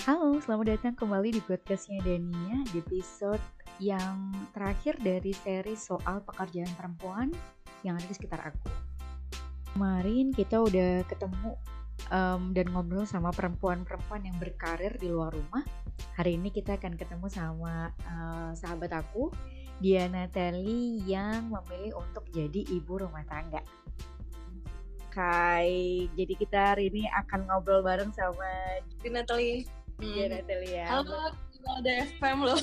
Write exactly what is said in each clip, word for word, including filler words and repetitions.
Halo, selamat datang kembali di podcastnya Dania, di episode yang terakhir dari seri soal pekerjaan perempuan yang ada di sekitar aku. Kemarin kita udah ketemu um, dan ngobrol sama perempuan-perempuan yang berkarir di luar rumah. Hari ini kita akan ketemu sama uh, sahabat aku, Diana Telly, yang memilih untuk jadi ibu rumah tangga. Hai, jadi kita hari ini akan ngobrol bareng sama Diana Telly. Diana Telly ya. Halo, ada F M loh.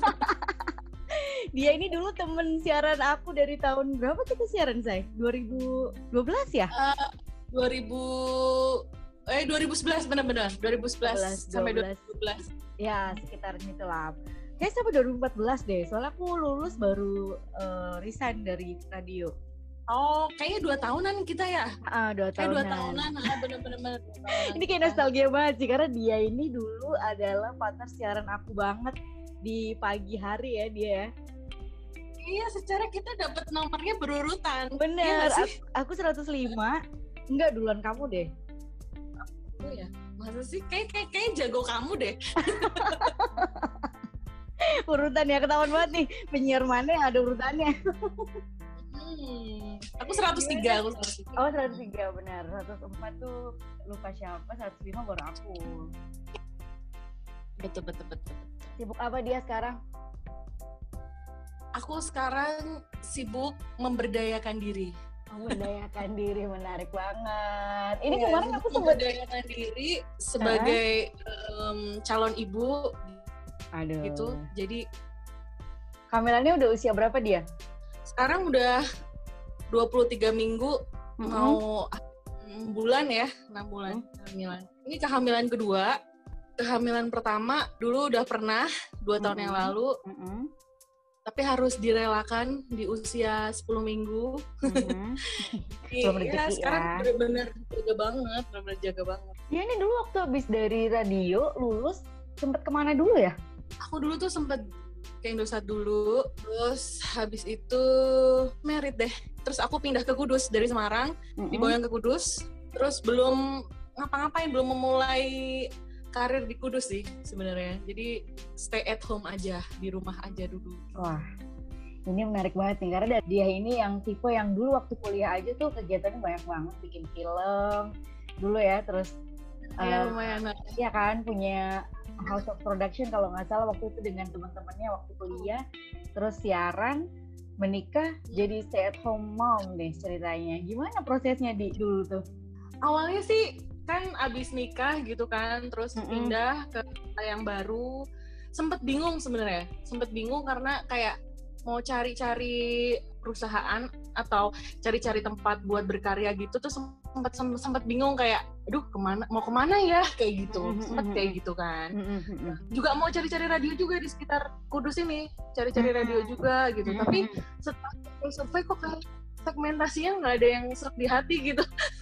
Dia ini dulu temen siaran aku dari tahun berapa kita siaran, Say? dua ribu dua belas ya? Uh, dua ribu eh dua ribu sebelas benar-benar dua ribu sebelas sampai dua ribu dua belas. Ya, sekitar itulah. Kayak sampai dua ribu empat belas deh. Soalnya aku lulus baru uh, resign dari radio. Oh, kayaknya dua tahunan kita ya? Ah, dua kayak tahunan. dua tahunan, ah, bener-bener. Ini kayak nostalgia banget sih, karena dia ini dulu adalah partner siaran aku banget di pagi hari ya dia. Iya, secara kita dapat nomornya berurutan. Bener, iya aku, aku seratus lima. Enggak, duluan kamu deh. Oh ya, masa sih? Kayak kayak kayak jago kamu deh. Urutan ya, ketahuan banget nih penyiar mana yang ada urutannya. Hmm, aku seratus tiga, aku seratus tiga. Oh, seratus tiga benar. seratus empat tuh lupa siapa, seratus lima baru aku. Betul, betul, betul. Sibuk apa dia sekarang? Aku sekarang sibuk memberdayakan diri. Memberdayakan diri, menarik banget. Ini ya, kemarin aku sempat memberdayakan diri sebagai um, calon ibu. Aduh. Gitu. Jadi kehamilannya udah usia berapa dia? Sekarang udah dua puluh tiga minggu, mm-hmm. mau enam bulan ya, enam bulan mm-hmm. kehamilan. Ini kehamilan kedua. Kehamilan pertama dulu udah pernah dua tahun mm-hmm. yang lalu. Mm-hmm. Tapi harus direlakan di usia sepuluh minggu. Mm-hmm. Iya, sekarang ya. Benar-benar jaga banget, benar-benar jaga banget. Ya ini dulu waktu habis dari radio lulus sempet kemana dulu ya? Aku dulu tuh sempet ke Indosat dulu, terus habis itu merit deh. Terus aku pindah ke Kudus dari Semarang, mm-hmm. diboyong ke Kudus. Terus belum ngapa-ngapain, belum memulai karir di Kudus sih sebenarnya. Jadi stay at home aja, di rumah aja dulu. Wah, ini menarik banget nih, karena dia ini yang tipe yang dulu waktu kuliah aja tuh kegiatannya banyak banget, bikin film dulu ya, terus ya, uh, lumayan. Iya kan, punya house of production kalau nggak salah waktu itu dengan teman-temannya waktu kuliah, terus siaran, menikah, jadi stay at home mom deh ceritanya. Gimana prosesnya di dulu tuh? Awalnya sih kan abis nikah gitu kan, terus mm-hmm. pindah ke yang baru, sempet bingung sebenarnya, sempet bingung karena kayak mau cari-cari perusahaan atau cari-cari tempat buat berkarya gitu tuh sempat sempat bingung kayak aduh kemana mau kemana ya kayak gitu mm-hmm. sempat kayak gitu kan mm-hmm. juga mau cari-cari radio juga di sekitar Kudus ini cari-cari mm-hmm. radio juga gitu mm-hmm. tapi setelah survei kok kayak segmentasinya nggak ada yang serak di hati gitu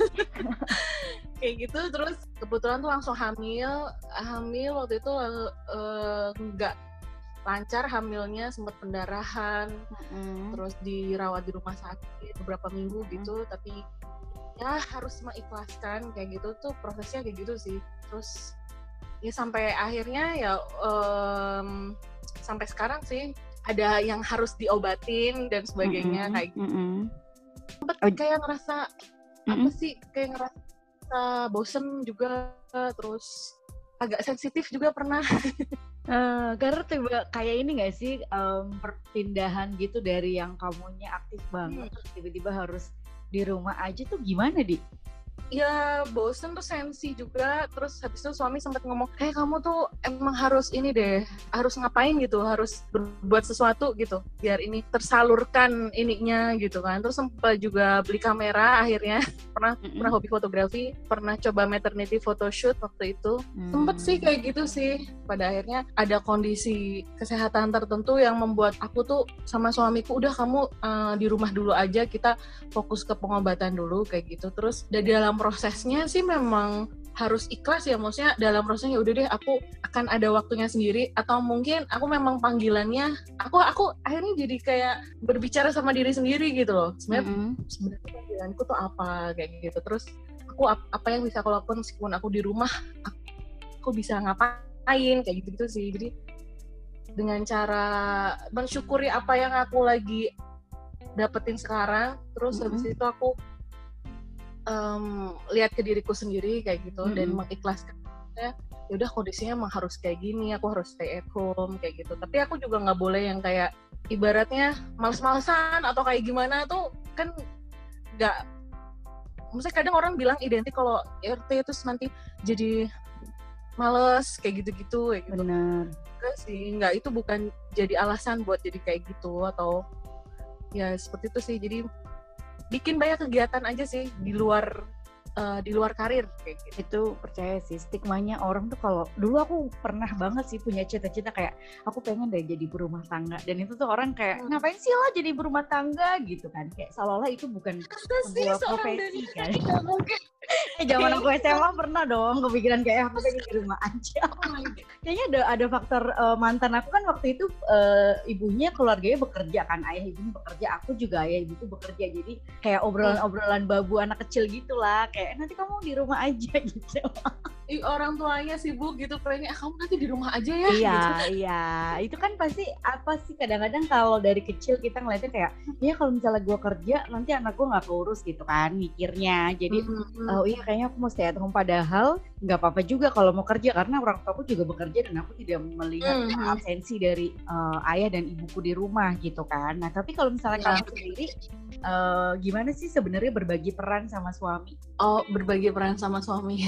kayak gitu. Terus kebetulan tuh langsung hamil hamil waktu itu nggak uh, lancar hamilnya, sempat pendarahan, mm-hmm. terus dirawat di rumah sakit beberapa minggu gitu, mm-hmm. tapi ya harus mengikhlaskan kayak gitu tuh prosesnya kayak gitu sih. Terus ya sampai akhirnya ya um, sampai sekarang sih ada yang harus diobatin dan sebagainya, mm-hmm. kayak gitu. Mm-hmm. Sempet oh. kayak ngerasa mm-hmm. apa sih kayak ngerasa bosen juga, terus agak sensitif juga pernah. Uh, karena tiba kayak ini nggak sih um, perpindahan gitu dari yang kamunya aktif banget, hmm. terus tiba-tiba harus di rumah aja tuh gimana Di? Ya bosen tuh sensi juga. Terus habis itu suami sempat ngomong kayak kamu tuh emang harus ini deh, harus ngapain gitu, harus berbuat sesuatu gitu biar ini tersalurkan ininya gitu kan. Terus sempat juga beli kamera akhirnya, pernah mm-hmm. pernah hobi fotografi, pernah coba maternity photoshoot waktu itu. mm. Sempet sih kayak gitu sih. Pada akhirnya ada kondisi kesehatan tertentu yang membuat aku tuh sama suamiku udah kamu uh, di rumah dulu aja, kita fokus ke pengobatan dulu kayak gitu. Terus dari dalam prosesnya sih memang harus ikhlas ya, maksudnya dalam prosesnya udah deh aku akan ada waktunya sendiri, atau mungkin aku memang panggilannya aku aku akhirnya jadi kayak berbicara sama diri sendiri gitu loh, sebenarnya mm-hmm. sebenarnya panggilanku tuh apa kayak gitu. Terus aku apa yang bisa aku lakukan meskipun aku di rumah, aku bisa ngapain lain kayak gitu-gitu sih. Jadi dengan cara mensyukuri apa yang aku lagi dapetin sekarang, terus Mm-hmm. habis itu aku um, lihat ke diriku sendiri kayak gitu, mm-hmm. dan mengikhlaskan ya udah kondisinya emang harus kayak gini, aku harus stay at home kayak gitu. Tapi aku juga nggak boleh yang kayak ibaratnya males-malesan atau kayak gimana tuh kan nggak. Maksudnya kadang orang bilang identik kalau R T itu nanti jadi males kayak gitu-gitu kayak gitu. Benar. Enggak sih, enggak, itu bukan jadi alasan buat jadi kayak gitu atau ya seperti itu sih. Jadi bikin banyak kegiatan aja sih di luar uh, di luar karir kayak gitu. Itu percaya sih, stigmanya orang tuh kalau dulu aku pernah banget sih punya cita-cita kayak aku pengen deh jadi ibu rumah tangga, dan itu tuh orang kayak hmm. ngapain sih lo jadi ibu rumah tangga gitu kan, kayak seolah-olah itu bukan sebuah profesi kan. Eh zaman aku S M A pernah dong kepikiran kayak aku pengen di rumah aja. Kayaknya ada ada faktor uh, mantan aku kan waktu itu uh, ibunya keluarganya bekerja kan, ayah ibunya bekerja, aku juga ayah ibuku bekerja, jadi kayak obrolan-obrolan babu anak kecil gitulah, kayak nanti kamu di rumah aja gitu. I, orang tuanya sibuk gitu, kayaknya ah, kamu nanti di rumah aja ya. Iya gitu. Iya, itu kan pasti apa sih, kadang-kadang kalau dari kecil kita ngeliatnya kayak ya kalau misalnya gue kerja nanti anak gue nggak keurus gitu kan mikirnya, jadi mm-hmm. oh iya kayaknya aku mau stay at home, padahal nggak apa-apa juga kalau mau kerja karena orang tuaku juga bekerja dan aku tidak melihat mm-hmm. absensi dari uh, ayah dan ibuku di rumah gitu kan. Nah tapi kalau misalnya yeah. kamu sendiri uh, gimana sih sebenarnya berbagi peran sama suami? Oh, berbagi peran sama suami.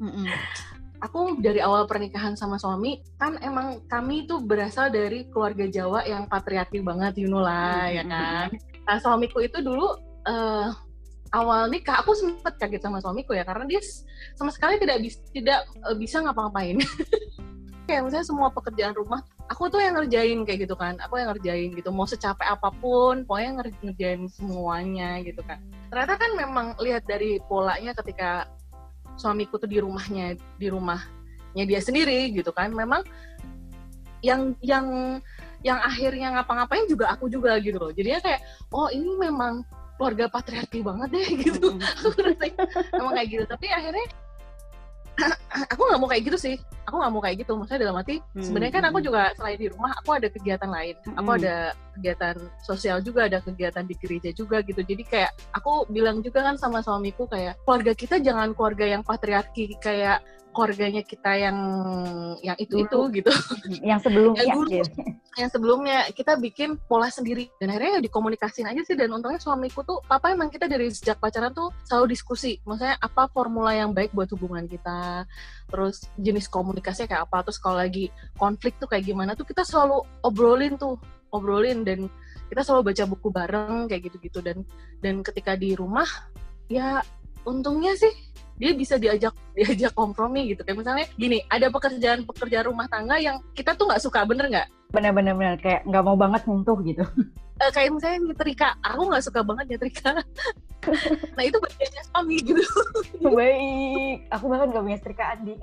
Aku dari awal pernikahan sama suami kan emang kami tuh berasal dari keluarga Jawa yang patriarki banget, you know lah, mm-hmm. ya kan. Nah suamiku itu dulu uh, awal nikah aku sempet kaget sama suamiku ya, karena dia sama sekali tidak bisa tidak uh, bisa ngapa-ngapain. Kayak misalnya semua pekerjaan rumah aku tuh yang ngerjain kayak gitu kan, aku yang ngerjain gitu, mau secapek apapun pokoknya ngerjain semuanya gitu kan. Ternyata kan memang lihat dari polanya ketika suamiku tuh di rumahnya di rumahnya dia sendiri gitu kan, memang yang yang yang akhirnya ngapa-ngapain juga aku juga gitu loh. Jadinya kayak oh ini memang keluarga patriarki banget deh gitu. Aku rasanya emang kayak gitu, tapi akhirnya aku nggak mau kayak gitu sih, aku nggak mau kayak gitu. Maksudnya dalam arti hmm. sebenarnya kan aku juga selain di rumah aku ada kegiatan lain, hmm. aku ada kegiatan sosial juga, ada kegiatan di gereja juga gitu. Jadi kayak aku bilang juga kan sama suamiku kayak keluarga kita jangan keluarga yang patriarki kayak keluarganya kita yang yang itu itu gitu, yang sebelumnya yang, dulu, yang sebelumnya kita bikin pola sendiri, dan akhirnya ya dikomunikasin aja sih. Dan untungnya suamiku tuh papa emang kita dari sejak pacaran tuh selalu diskusi, maksudnya apa formula yang baik buat hubungan kita, terus jenis komunikasinya kayak apa, terus kalau lagi konflik tuh kayak gimana tuh kita selalu obrolin tuh obrolin dan kita selalu baca buku bareng kayak gitu-gitu. Dan dan ketika di rumah ya untungnya sih dia bisa diajak diajak kompromi gitu. Kayak misalnya gini, ada pekerjaan-pekerjaan rumah tangga yang kita tuh nggak suka, bener nggak? Bener-bener kayak nggak mau banget nyentuh gitu. Uh, kayak misalnya nyetrika, aku nggak suka banget nyetrika. Nah itu bagiannya suami gitu. Baik, aku bahkan nggak punya setrikaan di.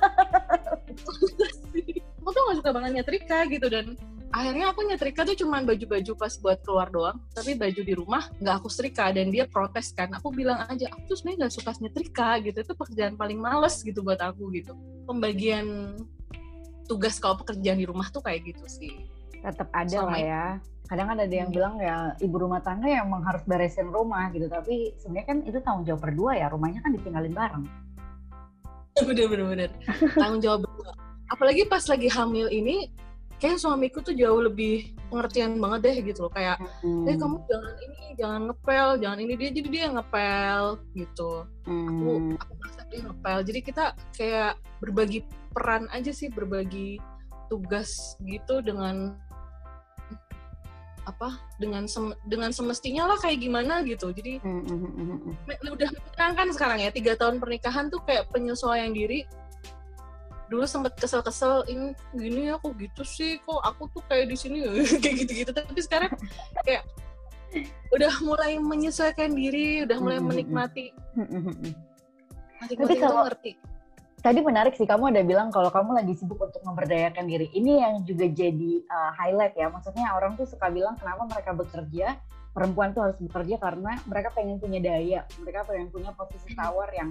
Aku tuh nggak suka banget nyetrika gitu, dan akhirnya aku nyetrika tuh cuman baju-baju pas buat keluar doang, tapi baju di rumah nggak aku setrika. Dan dia protes kan, aku bilang aja aku tuh sebenarnya nggak suka nyetrika gitu, itu pekerjaan paling males gitu buat aku gitu. Pembagian tugas kalau pekerjaan di rumah tuh kayak gitu sih. Tetap ada lah ya. Kadang kan ada yang hmm. bilang ya ibu rumah tangga yang emang harus beresin rumah gitu, tapi sebenarnya kan itu tanggung jawab berdua ya, rumahnya kan ditinggalin bareng. Bener-bener tanggung jawab berdua. Apalagi pas lagi hamil ini, kayak suamiku tuh jauh lebih pengertian banget deh gitu loh, kayak hmm. eh kamu jangan ini, jangan ngepel, jangan ini, dia jadi dia yang ngepel gitu. Hmm. Aku aku merasa dia ngepel. Jadi kita kayak berbagi peran aja sih, berbagi tugas gitu dengan apa? Dengan sem, dengan semestinya lah kayak gimana gitu. Jadi hmm. hmm. udah menyenangkan sekarang ya, tiga tahun pernikahan tuh kayak penyesuaian diri. Dulu sempet kesel-kesel, ini gini aku gitu sih, kok aku tuh kayak di sini kayak gitu-gitu. Tapi sekarang kayak udah mulai menyesuaikan diri, udah mulai menikmati. Masing-masing tuh ngerti. Tadi menarik sih, kamu ada bilang kalau kamu lagi sibuk untuk memberdayakan diri. Ini yang juga jadi uh, highlight ya. Maksudnya orang tuh suka bilang kenapa mereka bekerja, perempuan tuh harus bekerja karena mereka pengen punya daya, mereka pengen punya posisi tawar yang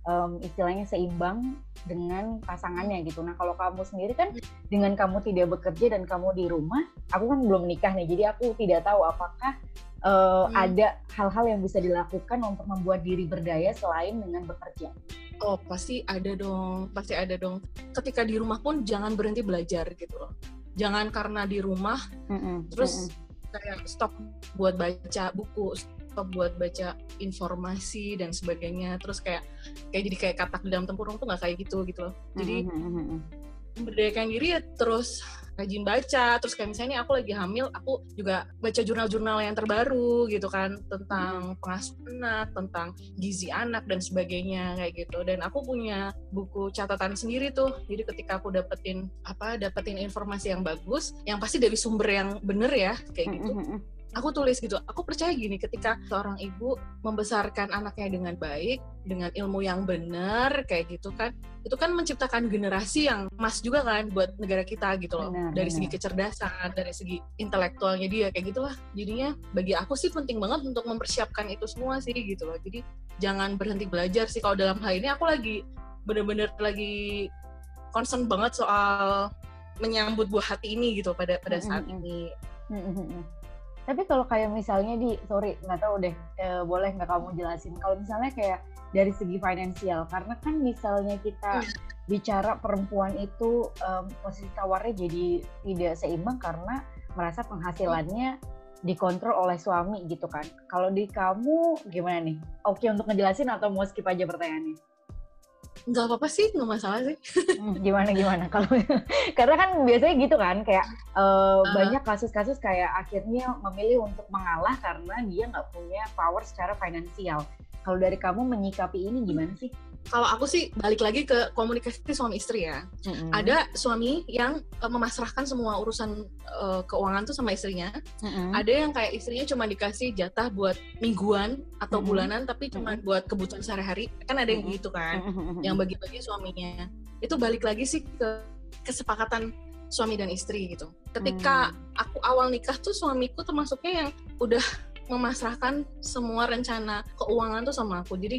um, istilahnya seimbang dengan pasangannya gitu. Nah kalau kamu sendiri kan dengan kamu tidak bekerja dan kamu di rumah, aku kan belum menikah nih, jadi aku tidak tahu apakah uh, hmm. ada hal-hal yang bisa dilakukan untuk membuat diri berdaya selain dengan bekerja. Oh pasti ada dong, pasti ada dong. Ketika di rumah pun jangan berhenti belajar gitu loh. Jangan karena di rumah mm-mm, terus mm-mm. kayak stop buat baca buku, stop buat baca informasi dan sebagainya. Terus kayak kayak jadi kayak katak di dalam tempurung tuh nggak kayak gitu gitu loh. Jadi mm-hmm. memberdayakan diri ya terus rajin baca, terus kayak misalnya aku lagi hamil, aku juga baca jurnal-jurnal yang terbaru gitu kan, tentang pengasuhan anak, tentang gizi anak dan sebagainya kayak gitu. Dan aku punya buku catatan sendiri tuh, jadi ketika aku dapetin apa dapetin informasi yang bagus, yang pasti dari sumber yang bener ya kayak gitu, aku tulis gitu. Aku percaya gini, ketika seorang ibu membesarkan anaknya dengan baik, dengan ilmu yang benar kayak gitu kan, itu kan menciptakan generasi yang emas juga kan buat negara kita gitu loh. Benar, dari benar. Segi kecerdasan, dari segi intelektualnya dia kayak gitulah. Jadinya bagi aku sih penting banget untuk mempersiapkan itu semua sih gitu loh. Jadi jangan berhenti belajar sih. Kalau dalam hal ini aku lagi bener-bener lagi concern banget soal menyambut buah hati ini gitu pada pada saat mm-hmm. ini. Mm-hmm. Tapi kalau kayak misalnya di, sorry nggak tahu deh, e, boleh nggak kamu jelasin? Kalau misalnya kayak dari segi finansial, karena kan misalnya kita hmm. bicara perempuan itu um, posisi tawarnya jadi tidak seimbang karena merasa penghasilannya dikontrol oleh suami gitu kan. Kalau di kamu gimana nih? Oke untuk ngejelasin atau mau skip aja pertanyaannya? Nggak apa-apa sih, nggak masalah sih. Hmm, gimana gimana kalau karena kan biasanya gitu kan kayak uh, uh. banyak kasus-kasus kayak akhirnya memilih untuk mengalah karena dia nggak punya power secara finansial. Kalau dari kamu menyikapi ini gimana sih? Kalau aku sih balik lagi ke komunikasi suami istri ya. Mm-hmm. Ada suami yang uh, memasrahkan semua urusan uh, keuangan tuh sama istrinya. Mm-hmm. Ada yang kayak istrinya cuma dikasih jatah buat mingguan atau mm-hmm. bulanan, tapi cuma mm-hmm. buat kebutuhan sehari-hari. Kan ada yang mm-hmm. gitu kan, mm-hmm. yang bagi-bagi suaminya. Itu balik lagi sih ke kesepakatan suami dan istri gitu. Ketika mm. aku awal nikah tuh suamiku termasuknya yang udah memasrahkan semua rencana keuangan tuh sama aku. Jadi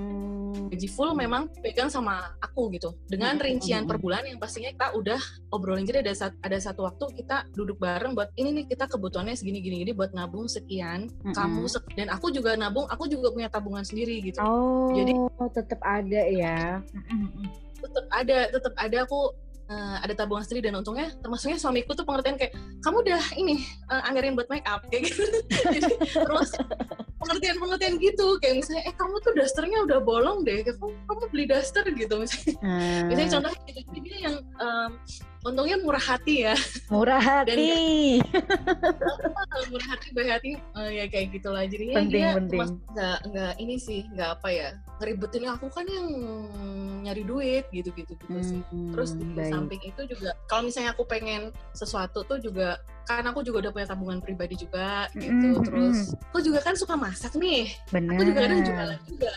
gaji full memang pegang sama aku gitu. Dengan rincian per bulan yang pastinya kita udah obrolin. Jadi ada satu, ada satu waktu kita duduk bareng buat ini nih kita kebutuhannya segini gini gini buat nabung sekian. Mm-hmm. Kamu sek- dan aku juga nabung, aku juga punya tabungan sendiri gitu. Oh, jadi tetap ada ya. Tetap ada, tetap ada aku Uh, ada tabungan sendiri. Dan untungnya termasuknya suamiku tuh pengertian kayak kamu udah ini uh, anggarin buat make up kayak gitu. Jadi terus pengertian-pengertian gitu kayak misalnya eh kamu tuh dasternya udah bolong deh, kamu, kamu beli daster gitu misalnya. Hmm. Misalnya contohnya gitu. Jadi dia yang um, untungnya murah hati ya. Murah hati. Dan murah hati, baik hati, uh, ya kayak gitulah. Jadinya penting, dia penting. nggak nggak ini sih, nggak apa ya, ngeribetin aku kan yang nyari duit gitu-gitu gitu hmm, sih. Terus di baik. Samping itu juga, kalau misalnya aku pengen sesuatu tuh juga, kan aku juga udah punya tabungan pribadi juga gitu. Mm, Terus aku juga kan suka masak nih. Bener. Aku juga kadang jualan juga.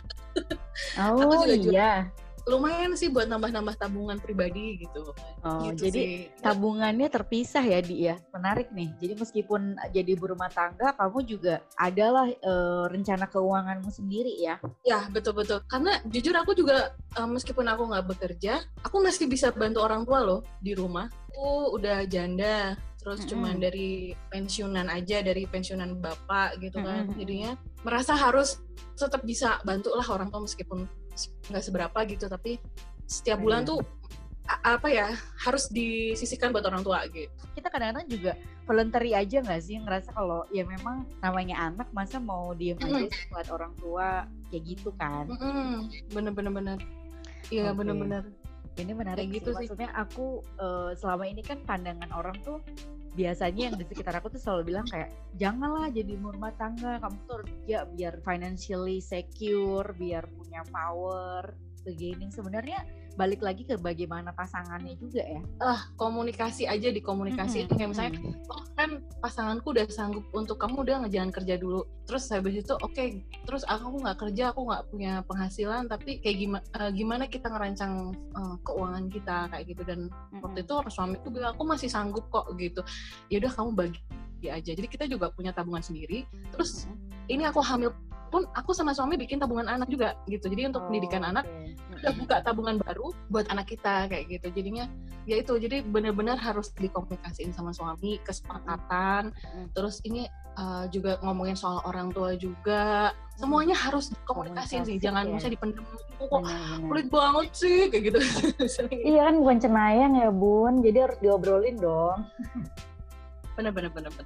Oh aku juga iya. Jualan. Lumayan sih buat nambah-nambah tabungan pribadi gitu. Oh, gitu jadi sih. Tabungannya terpisah ya, Di ya. Menarik nih. Jadi meskipun jadi ibu rumah tangga, kamu juga adalah e, rencana keuanganmu sendiri ya. Ya, betul-betul. Karena jujur aku juga e, meskipun aku nggak bekerja, aku masih bisa bantu orang tua loh di rumah. Aku udah janda, terus mm-hmm. cuman dari pensiunan aja, dari pensiunan bapak gitu kan. Mm-hmm. Jadinya merasa harus tetap bisa bantu lah orang tua meskipun nggak seberapa gitu, tapi setiap bulan tuh a- apa ya harus disisihkan buat orang tua gitu. Kita kadang-kadang juga voluntary aja nggak sih, ngerasa kalau ya memang namanya anak masa mau diem aja mm. buat orang tua kayak gitu kan. Mm-mm. Bener-bener bener. Iya okay. bener-bener. Ini menarik sih. Gitu sih. Maksudnya aku uh, selama ini kan pandangan orang tuh biasanya yang di sekitar aku tuh selalu bilang kayak janganlah jadi ibu rumah tangga, kamu tuh kerja biar financially secure, biar punya power, beginning. Sebenarnya balik lagi ke bagaimana pasangannya juga ya. Ah, uh, komunikasi aja dikomunikasi. Mm-hmm. Kayak misalnya, oh kan pasanganku udah sanggup untuk kamu udah ngejalan kerja dulu. Terus habis itu oke, okay, terus aku nggak kerja, aku nggak punya penghasilan, tapi kayak gimana uh, gimana kita ngerancang uh, keuangan kita kayak gitu. Dan mm-hmm. waktu itu suamiku bilang aku masih sanggup kok gitu. Ya udah kamu bagi aja. Jadi kita juga punya tabungan sendiri. Terus mm-hmm. ini aku hamil pun aku sama suami bikin tabungan anak juga gitu. Jadi untuk Oh, pendidikan anak oke. udah buka tabungan baru buat anak kita kayak gitu. Jadinya ya itu, jadi benar-benar harus dikomunikasiin sama suami, kesepakatan. Mm. Terus ini uh, juga ngomongin soal orang tua juga. Semuanya harus dikomunikasiin sih, Komunikasi, jangan ya. misalnya dipendem. Kok Benar-benar. pelit banget sih kayak gitu. Iya kan bukan cenayang ya Bun, jadi harus diobrolin dong. Bener-bener bener-bener.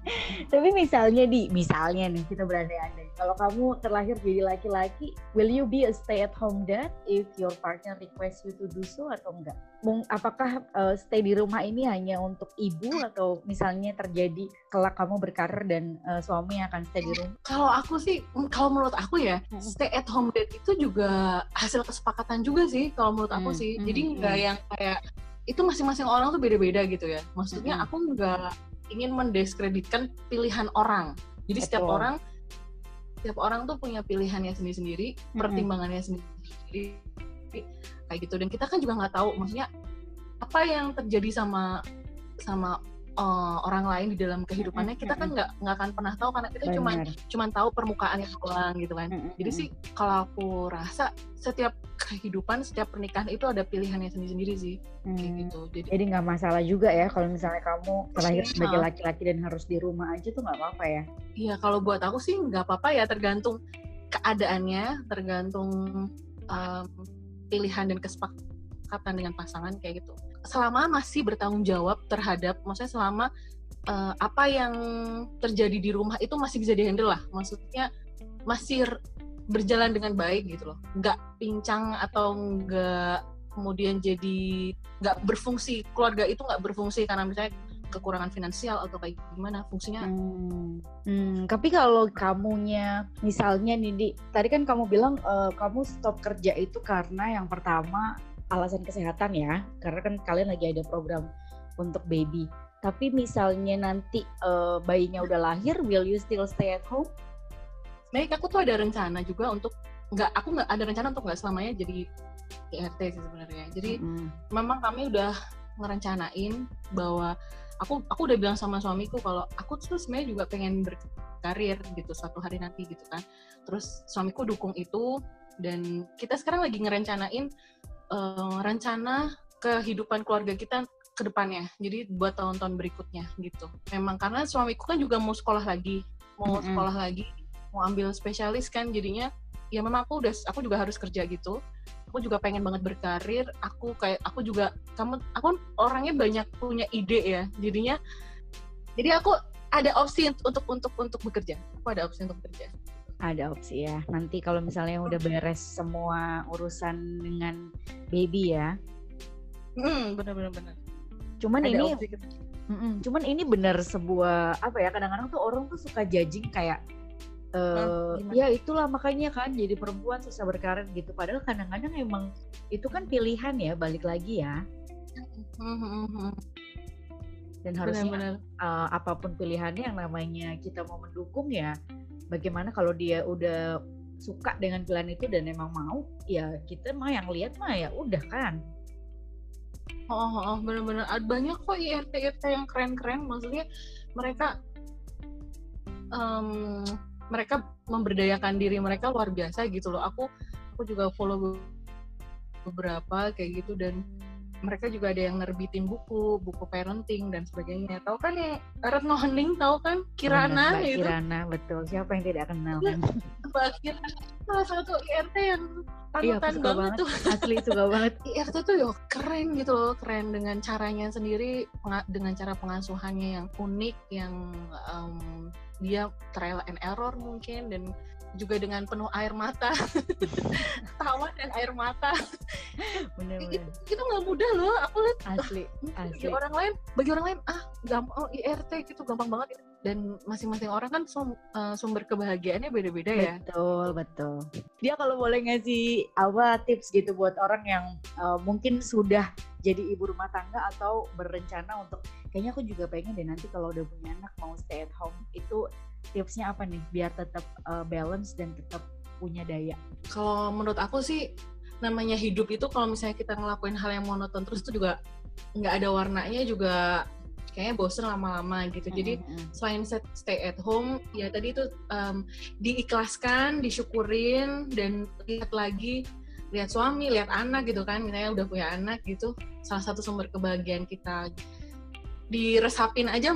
Tapi misalnya di, misalnya nih kita berandai-andai, kalau kamu terlahir jadi laki-laki, will you be a stay at home dad if your partner request you to do so atau enggak? Mung- Apakah uh, stay di rumah ini hanya untuk ibu atau misalnya terjadi kelak kamu berkarir dan uh, suami akan stay di rumah? Kalau aku sih, kalau menurut aku ya, stay at home date itu juga hasil kesepakatan juga sih kalau menurut aku Hmm, sih. hmm, Jadi nggak hmm. yang kayak itu masing-masing orang tuh beda-beda gitu ya. Maksudnya Hmm. aku nggak ingin mendiskreditkan pilihan orang. Jadi setiap Betul. orang, setiap orang tuh punya pilihannya sendiri-sendiri, Hmm. pertimbangannya sendiri, kayak gitu. Dan kita kan juga nggak tahu, maksudnya apa yang terjadi sama sama uh, orang lain di dalam kehidupannya, kita kan nggak nggak akan pernah tahu karena kita cuma Benar. cuman tahu permukaannya doang gitu kan. Mm-mm. Jadi sih kalau aku rasa setiap kehidupan, setiap pernikahan itu ada pilihannya sendiri-sendiri sih, kayak Hmm. gitu. Jadi Jadi nggak masalah juga ya kalau misalnya kamu terlahir Iya. sebagai laki-laki dan harus di rumah aja tuh nggak apa-apa ya. iya, kalau buat aku sih nggak apa-apa ya, tergantung keadaannya, tergantung um, pilihan dan kesepakatan dengan pasangan kayak gitu. Selama masih bertanggung jawab terhadap, maksudnya selama uh, apa yang terjadi di rumah itu masih bisa dihandle lah, maksudnya masih r- berjalan dengan baik gitu loh, nggak pincang atau nggak kemudian jadi nggak berfungsi, keluarga itu nggak berfungsi karena misalnya kekurangan finansial atau kayak gimana fungsinya. Hmm. Hmm, tapi kalau kamunya misalnya nih Di, tadi kan kamu bilang eh, kamu stop kerja itu karena yang pertama alasan kesehatan ya, karena kan kalian lagi ada program untuk baby. Tapi misalnya nanti eh, bayinya udah lahir, will you still stay at home? Baik, aku tuh ada rencana juga untuk nggak, aku nggak ada rencana untuk nggak selamanya jadi I R T sih sebenarnya. Jadi Mm-mm. memang kami udah ngerencanain bahwa aku aku udah bilang sama suamiku kalau aku tuh sebenarnya juga pengen berkarir gitu suatu hari nanti gitu kan. Terus suamiku dukung itu, dan kita sekarang lagi ngerencanain uh, rencana kehidupan keluarga kita ke depannya. Jadi buat tahun-tahun berikutnya gitu. Memang karena suamiku kan juga mau sekolah lagi, mau Mm-mm. sekolah lagi, mau ambil spesialis kan, jadinya ya memang aku udah aku juga harus kerja gitu. Aku juga pengen banget berkarir. Aku kayak aku juga kamu aku orangnya banyak punya ide ya. Jadinya jadi aku ada opsi untuk untuk untuk bekerja. Aku ada opsi untuk bekerja. Ada opsi ya. Nanti kalau misalnya udah beres semua urusan dengan baby ya. Hmm, benar-benar benar. Cuman Ada ini opsi gitu. Mm-mm. Cuman ini benar sebuah apa ya, kadang-kadang tuh orang tuh suka judging kayak eh gimana? ya itulah makanya kan jadi perempuan susah berkarir gitu, padahal kadang-kadang emang itu kan pilihan ya, balik lagi ya, Hmm, hmm, hmm. dan harusnya Benar-benar. eh, apapun pilihannya yang namanya kita mau mendukung ya, bagaimana kalau dia udah suka dengan pilihan itu dan emang mau, ya kita mah yang lihat mah ya udah kan. Oh, oh, oh, benar-benar ada banyak kok I R T I R T yang keren-keren. Maksudnya mereka em, mereka memberdayakan diri mereka luar biasa gitu loh. Aku aku juga follow beberapa kayak gitu, dan mereka juga ada yang nerbitin buku, buku parenting dan sebagainya. Tahu kan yang Retno Hening, tahu kan Kirana Bener, Mbak itu? Kirana, betul, siapa yang tidak kenal kan. Mbak Kirana salah satu I R T yang Iya, aku panutan suka banget banget, tuh. asli suka banget. I R T tuh ya keren gitu loh, keren dengan caranya sendiri, penga- dengan cara pengasuhannya yang unik, yang um, dia trial and error mungkin, dan juga dengan penuh air mata, tawa dan air mata. Bener-bener Itu nggak mudah loh, aku lihat asli bagi asli. orang lain, bagi orang lain ah gampang, oh, I R T gitu gampang banget gitu. Dan masing-masing orang kan sum- uh, sumber kebahagiaannya beda-beda ya. Betul, betul. Dia kalau boleh ngasih apa tips gitu buat orang yang uh, mungkin sudah jadi ibu rumah tangga atau berencana untuk kayaknya aku juga pengen deh nanti kalau udah punya anak mau stay at home, itu tipsnya apa nih biar tetap uh, balance dan tetap punya daya? Kalau menurut aku sih, namanya hidup itu kalau misalnya kita ngelakuin hal yang monoton terus itu juga nggak ada warnanya juga kayaknya bosen lama-lama gitu. Jadi Mm-mm. selain stay at home, ya tadi itu um, diikhlaskan, disyukurin, dan lihat lagi, lihat suami, lihat anak gitu kan, misalnya udah punya anak gitu, salah satu sumber kebahagiaan kita. Diresapin aja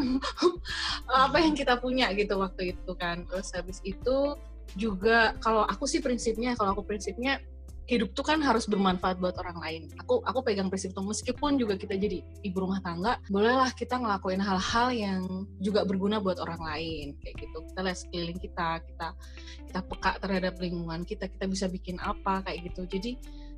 apa yang kita punya gitu waktu itu kan. Terus habis itu juga kalau aku sih prinsipnya, kalau aku prinsipnya hidup tuh kan harus bermanfaat buat orang lain. Aku aku pegang prinsip itu, meskipun juga kita jadi ibu rumah tangga, bolehlah kita ngelakuin hal-hal yang juga berguna buat orang lain kayak gitu. Kita lihat sekeliling kita, kita kita peka terhadap lingkungan kita, kita bisa bikin apa kayak gitu. Jadi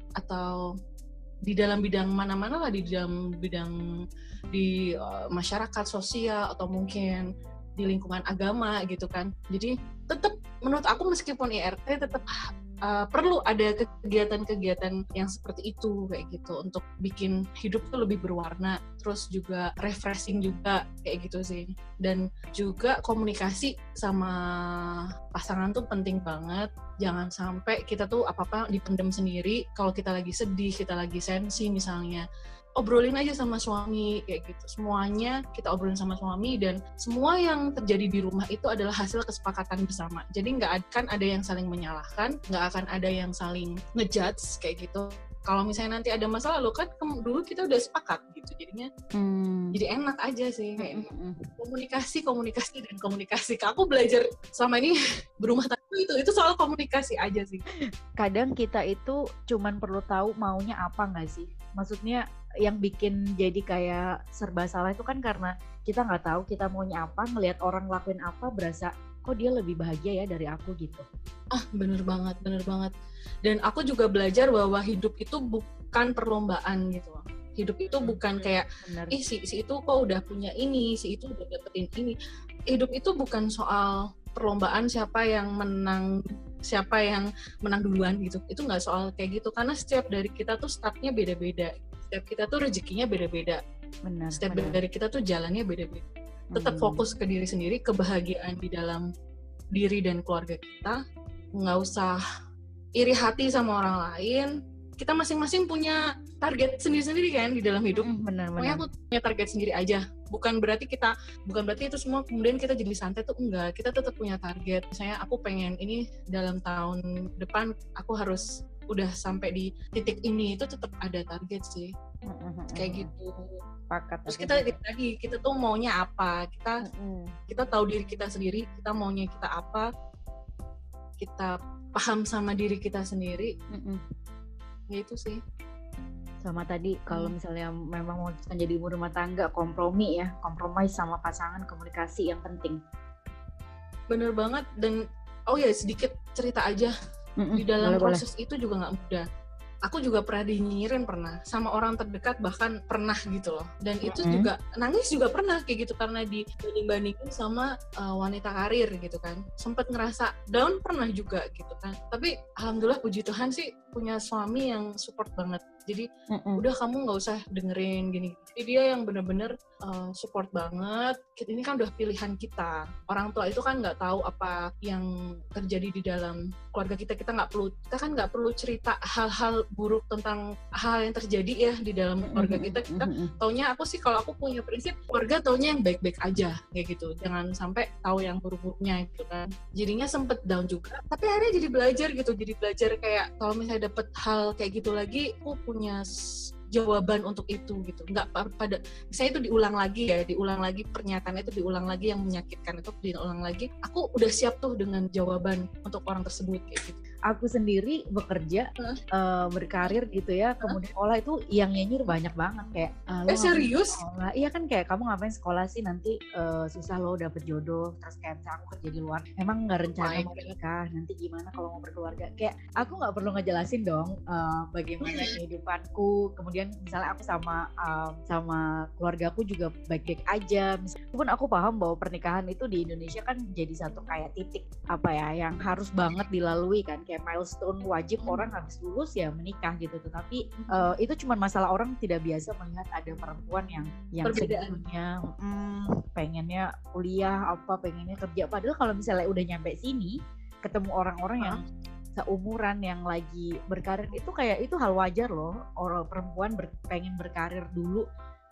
atau di dalam bidang mana-mana lah, di dalam bidang di uh, masyarakat sosial atau mungkin di lingkungan agama gitu kan. Jadi tetap menurut aku meskipun I R T tetap uh, perlu ada kegiatan-kegiatan yang seperti itu kayak gitu untuk bikin hidup tuh lebih berwarna, terus juga refreshing juga kayak gitu sih. Dan juga komunikasi sama pasangan tuh penting banget. Jangan sampai kita tuh apa-apa dipendam sendiri. Kalau kita lagi sedih, kita lagi sensi misalnya, obrolin aja sama suami kayak gitu. Semuanya kita obrolin sama suami, dan semua yang terjadi di rumah itu adalah hasil kesepakatan bersama. Jadi nggak akan ada yang saling menyalahkan, nggak akan ada yang saling ngejudge kayak gitu. Kalau misalnya nanti ada masalah, lo kan dulu kita udah sepakat gitu, jadinya hmm. jadi enak aja sih kayak hmm. komunikasi, komunikasi dan komunikasi. Aku belajar selama ini berumah tangga itu itu soal komunikasi aja sih. Kadang kita itu cuman perlu tahu maunya apa nggak sih? Maksudnya yang bikin jadi kayak serba salah itu kan karena kita nggak tahu kita maunya apa, ngelihat orang ngelakuin apa, berasa kok dia lebih bahagia ya dari aku gitu. Ah, bener banget, bener banget. Dan aku juga belajar bahwa hidup itu bukan perlombaan gitu loh. Hidup itu bukan kayak, bener. ih si, si itu kok udah punya ini, si itu udah dapetin ini. Hidup itu bukan soal perlombaan siapa yang menang, siapa yang menang duluan gitu. Itu nggak soal kayak gitu, karena setiap dari kita tuh startnya beda-beda. Setiap kita tuh rezekinya beda-beda. Benar, setiap benar. Dari kita tuh jalannya beda-beda. Tetap hmm. fokus ke diri sendiri, kebahagiaan di dalam diri dan keluarga kita. Nggak usah iri hati sama orang lain. Kita masing-masing punya target sendiri-sendiri kan di dalam hidup. Benar, Pokoknya aku punya target sendiri aja. Bukan berarti kita, bukan berarti itu semua kemudian kita jadi santai tuh, enggak. Kita tetap punya target. Misalnya aku pengen ini dalam tahun depan aku harus udah sampai di titik ini, itu tetap ada target sih. Kayak gitu. Pakat. Terus kita lagi kita tuh maunya apa? Kita mm-hmm. kita tahu diri kita sendiri, kita maunya kita apa? Kita paham sama diri kita sendiri. Mm-hmm. Ya itu sih. Sama tadi kalau hmm. misalnya memang mau jadi ibu rumah tangga, kompromi ya, kompromi sama pasangan, komunikasi yang penting. Bener banget. Dan oh ya sedikit cerita aja. Mm-mm, di dalam boleh, proses boleh. Itu juga nggak mudah. Aku juga pernah dinyirin, pernah sama orang terdekat, bahkan pernah gitu loh. Dan mm-hmm. itu juga nangis juga pernah kayak gitu, karena dibanding-bandingin sama uh, wanita karir gitu kan. Sempet ngerasa down pernah juga gitu kan. Tapi alhamdulillah puji Tuhan sih punya suami yang support banget. Jadi mm-hmm. udah kamu nggak usah dengerin gini. Jadi dia yang benar-benar uh, support banget. Ini kan udah pilihan kita. Orang tua itu kan nggak tahu apa yang terjadi di dalam keluarga kita. Kita nggak perlu, kita kan nggak perlu cerita hal-hal buruk tentang hal yang terjadi ya di dalam keluarga kita. Kita taunya, aku sih kalau aku punya prinsip, keluarga taunya yang baik-baik aja kayak gitu. Jangan sampai tahu yang buruk-buruknya gitu kan. Jadinya sempet down juga. Tapi akhirnya jadi belajar gitu. Jadi belajar kayak kalau misalnya dapet hal kayak gitu lagi, aku punya jawaban untuk itu gitu. Nggak pada misalnya itu diulang lagi ya, diulang lagi pernyataan itu, diulang lagi yang menyakitkan itu, diulang lagi. Aku udah siap tuh dengan jawaban untuk orang tersebut kayak gitu. Aku sendiri bekerja, huh? uh, berkarir gitu ya, kemudian sekolah itu yang nyinyir banyak banget kayak. Uh, eh serius? Sekolah. Iya kan kayak kamu ngapain sekolah sih, nanti uh, susah lo dapet jodoh, terus kayak misalnya aku kerja di luar, emang nggak rencana oh mau nikah, nanti gimana kalau mau berkeluarga? Kayak aku nggak perlu ngejelasin dong uh, bagaimana kehidupanku, kemudian misalnya aku sama um, sama keluargaku juga baik-baik aja. Meskipun aku paham bahwa pernikahan itu di Indonesia kan jadi satu kayak titik apa ya yang harus banget dilalui kan. Kayak milestone wajib orang habis lulus ya menikah gitu, tetapi uh, itu cuma masalah orang tidak biasa melihat ada perempuan yang yang sebetulnya hmm, pengennya kuliah apa, pengennya kerja, padahal kalau misalnya udah nyampe sini ketemu orang-orang yang seumuran yang lagi berkarir itu kayak itu hal wajar loh. Orang perempuan ber, pengen berkarir dulu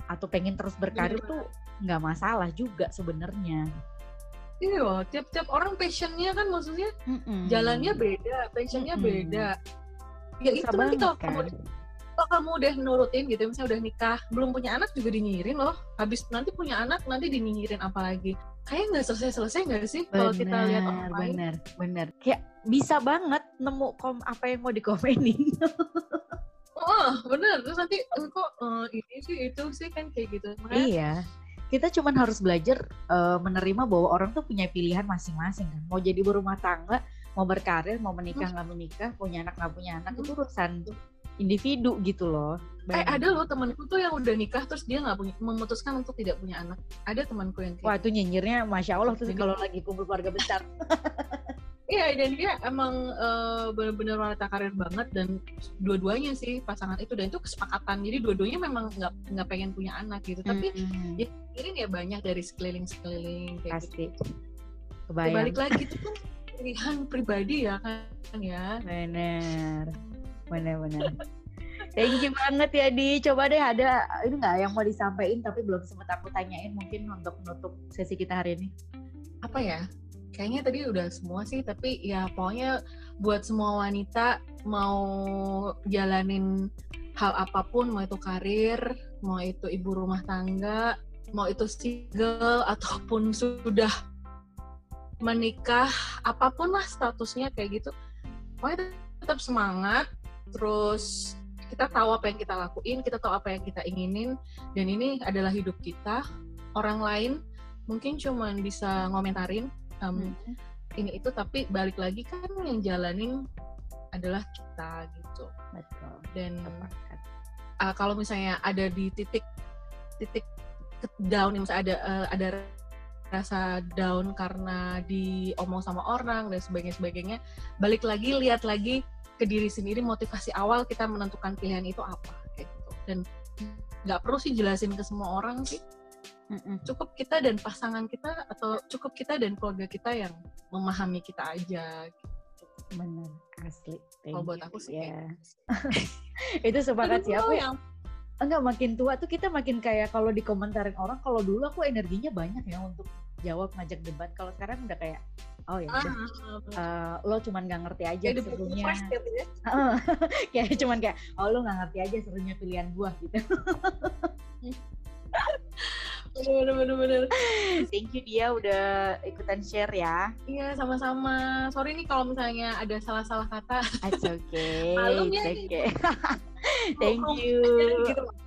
atau pengen terus berkarir Bener. tuh nggak masalah juga sebenarnya. Iya, tiap-tiap orang passionnya kan maksudnya Mm-mm. jalannya beda, passionnya Mm-mm. beda. Ya Susah itu nanti banget kalau kan. kamu kalau kamu udah nurutin gitu, misalnya udah nikah, belum punya anak juga dinyirin loh. Habis nanti punya anak nanti dinyirin apalagi. Kayak nggak selesai-selesai nggak sih kalau kita lihat orang lain? Bener, bener. Kayak bisa banget nemu kom apa yang mau dikomenin. Oh, bener. Terus nanti eh, kok eh, ini sih itu sih kan kayak gitu. Makanya Iya. Kita cuman harus belajar uh, menerima bahwa orang tuh punya pilihan masing-masing kan. Mau jadi berumah tangga, mau berkarir, mau menikah nggak menikah, punya anak nggak punya anak, Hmm. itu urusan individu gitu loh. eh ada loh temanku tuh yang udah nikah terus dia nggak punya memutuskan untuk tidak punya anak. Ada temanku yang kayak Wah itu nyinyirnya Masya Allah tuh Jadi- kalau lagi kumpul keluarga besar. Iya, dan dia emang uh, benar-benar wanita karir banget dan dua-duanya sih pasangan itu, dan itu kesepakatan. Jadi dua-duanya memang nggak nggak pengen punya anak gitu. Tapi Hmm, ya ini ya banyak dari sekeliling-sekeliling kayak pasti. gitu. Ya, Kebayang. balik lagi itu kan pilihan pribadi ya kan ya. Bener. Bener-bener. Thank you banget ya Di. Coba deh ada ini nggak yang mau disampaikan tapi belum sempat aku tanyain mungkin untuk menutup sesi kita hari ini. Apa ya? Kayaknya tadi udah semua sih, tapi ya pokoknya buat semua wanita mau jalanin hal apapun, mau itu karir, mau itu ibu rumah tangga, mau itu single ataupun sudah menikah, apapun lah statusnya kayak gitu. Pokoknya tetap semangat, terus kita tahu apa yang kita lakuin, kita tahu apa yang kita inginin, dan ini adalah hidup kita. Orang lain mungkin cuman bisa ngomentarin um, Hmm. ini itu, tapi balik lagi kan yang jalanin adalah kita gitu. Betul. Dan Sepakat. uh, kalau misalnya ada di titik titik down, misalnya ada uh, ada rasa down karena diomong sama orang dan sebagainya sebagainya, balik lagi lihat lagi ke diri sendiri, motivasi awal kita menentukan pilihan itu apa kayak gitu. Dan nggak perlu sih jelasin ke semua orang sih, Mm-mm. cukup kita dan pasangan kita atau cukup kita dan keluarga kita yang memahami kita aja. Bener, asli. Thank Kalau buat you. aku sih Ya. kayak Itu sepakat sih. Aduh, Aku yang enggak, makin tua tuh kita makin kayak kalau dikomentarin orang, kalau dulu aku energinya banyak ya untuk jawab, ngajak debat. Kalau sekarang udah kayak oh ya udah, uh, lo cuman nggak ngerti aja kayak serunya. fresh gitu ya. Kayak cuman kayak oh lo nggak ngerti aja serunya pilihan gua gitu. Bener-bener. Thank you dia udah ikutan share ya. Iya, sama-sama. Sorry nih kalau misalnya ada salah-salah kata. It's okay. Malum ya It's nih. okay. Thank Oh, you. gitu.